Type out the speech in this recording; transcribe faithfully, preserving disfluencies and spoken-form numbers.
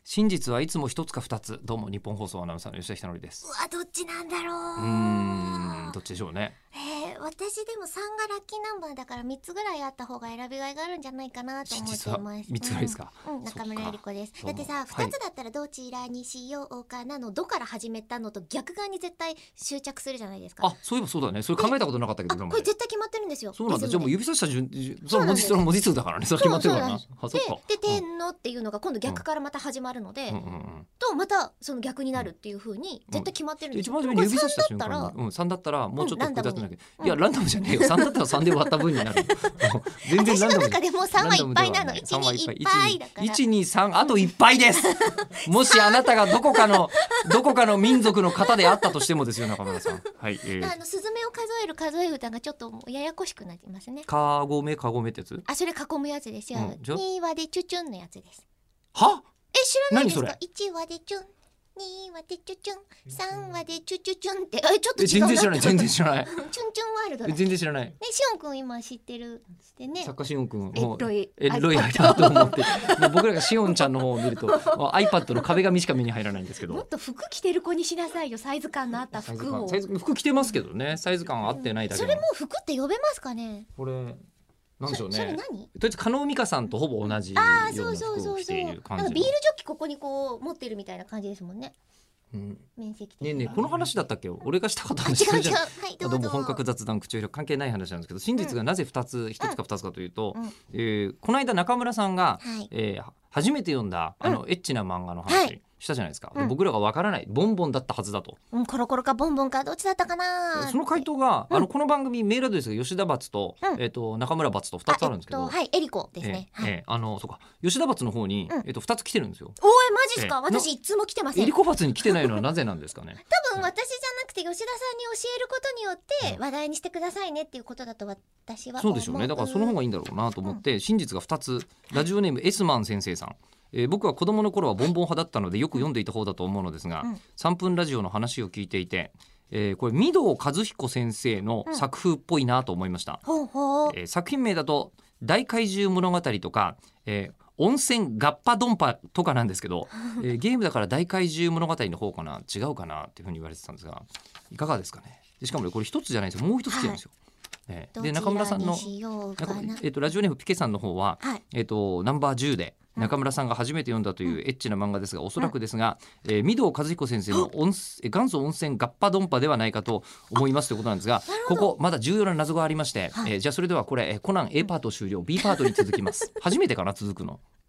真実はいつも一つか二つ。どうも日本放送アナウンサーの吉田ひとのりです。 うわ、どっちなんだろう。 うーんどっちでしょうね。 えー、私でもさんがラッキーナンバーだからみっつぐらいあった方が選びがいがあるんじゃないかなと思っています。 みっつぐらいですか。 うん、うん、中村えり子です。だってさ、 はい、 ふたつだったらどちらにしようかなのどから始めたのと逆側に絶対執着するじゃないですか。 あ、そういえばそうだね。それ考えたことなかったけど、 これ絶対決まってるんですよ。 そうなんだ。じゃあもう指さした順、その文字そうなんですその文字数だからね。それ決まってるからな。 そうで、で、天のっていうのが今度逆からまた始まるので、 うんうんうん、 とまたその逆になるっていう風に絶対決まってるんですよ。 一番初めに指さした瞬間に、うん、さんだったらもうちょっと複雑なんだけど、いやランダムじゃねえよ。さんだったらさんで割った分になる。全然ランダム。 私の中でもうさんはいっぱいなの。いちにいっぱいだから。 いちにさんあといっぱいです。もしあなたがどこかのどこかの民族の方であったとしてもですよ、中村さん。はい。えー、 あのスズメを数える数え歌がちょっともうややこしくなりますね。 かごめかごめってやつ？あ、 それ囲むやつですよ。にわでチュチュンのやつです。 は？ え、知らないですか？ 何それ？ いちわでチュン、にわでチュチュン、さんわでチュチュチュンって、え、ちょっと違うな。 全然知らない、全然知らない。 チュンチュンワールドだ。 全然知らない。 ね、しおんくん今知ってるしてね。 作家しおんくん、 エロいエロいだと思って、もう僕らがしおんちゃんの方を見るとiPad の壁紙しか目に入らないんですけど。 もっと服着てる子にしなさいよ、サイズ感のあった服を。 サイズ服着てますけどね、サイズ感合ってないだけ。 それもう服って呼べますかね。 これ。なんでしょうね。 それ何？ とりあえず加納美香さんとほぼ同じような服を着ている感じ。 なんかビールジョッキここにこう持ってるみたいな感じですもんね。うん、面積的に。 ねえねえ、この話だったっけ？俺がしたかった話。 違う違う。はい、 どうも本格雑談口裏関係ない話なんですけど、真実がなぜふたつ、ひとつかふたつかというと、うんえー、この間中村さんが、はいえー、初めて読んだあの、うん、エッチな漫画の話。はいしたじゃないですか。で僕らがわからないボンボンだったはずだと、 うん、コロコロかボンボンかどっちだったかな。 その回答が、うん、あのこの番組メールアドレスが吉田罰と、うんえー、と中村罰とふたつあるんですけど、えっと、はいエリコですね、 えーはいえー、あのそうか吉田罰の方に、うんえー、とふたつ来てるんですよ。 おいマジっすか、えー、私いつも来てません。 エリコ罰に来てないのはなぜなんですかね。 多分私じゃなくて吉田さんに教えることによって話題にしてくださいねっていうことだと私は思う。 そうでしょうね。だからその方がいいんだろうなと思って、うん、真実がふたつ。ラジオネームエスマン先生さん、えー、僕は子供の頃はボンボン派だったのでよく読んでいた方だと思うのですが、うん、さんぷんラジオの話を聞いていて、えー、これ御堂和彦先生の作風っぽいなと思いました。うんほうほうえー、作品名だと大怪獣物語とか、えー、温泉ガッパドンパとかなんですけど、えー、ゲームだから大怪獣物語の方かな違うかなっていうふうに言われてたんですが、いかがですかね。でしかも、ね、これ一つじゃないですよ、もう一つ来てるんですよ。はいえー、で中村さんの、えー、とラジオネームピケさんの方は、はいえー、とナンバーじゅうで中村さんが初めて読んだというエッチな漫画ですが、おそらくですが、えー、御堂和彦先生の温元祖温泉ガッパドンパではないかと思いますということなんですが、ここまだ重要な謎がありまして、はいえー、じゃあそれではこれコナン A パート終了、 B パートに続きます。初めてかな続くの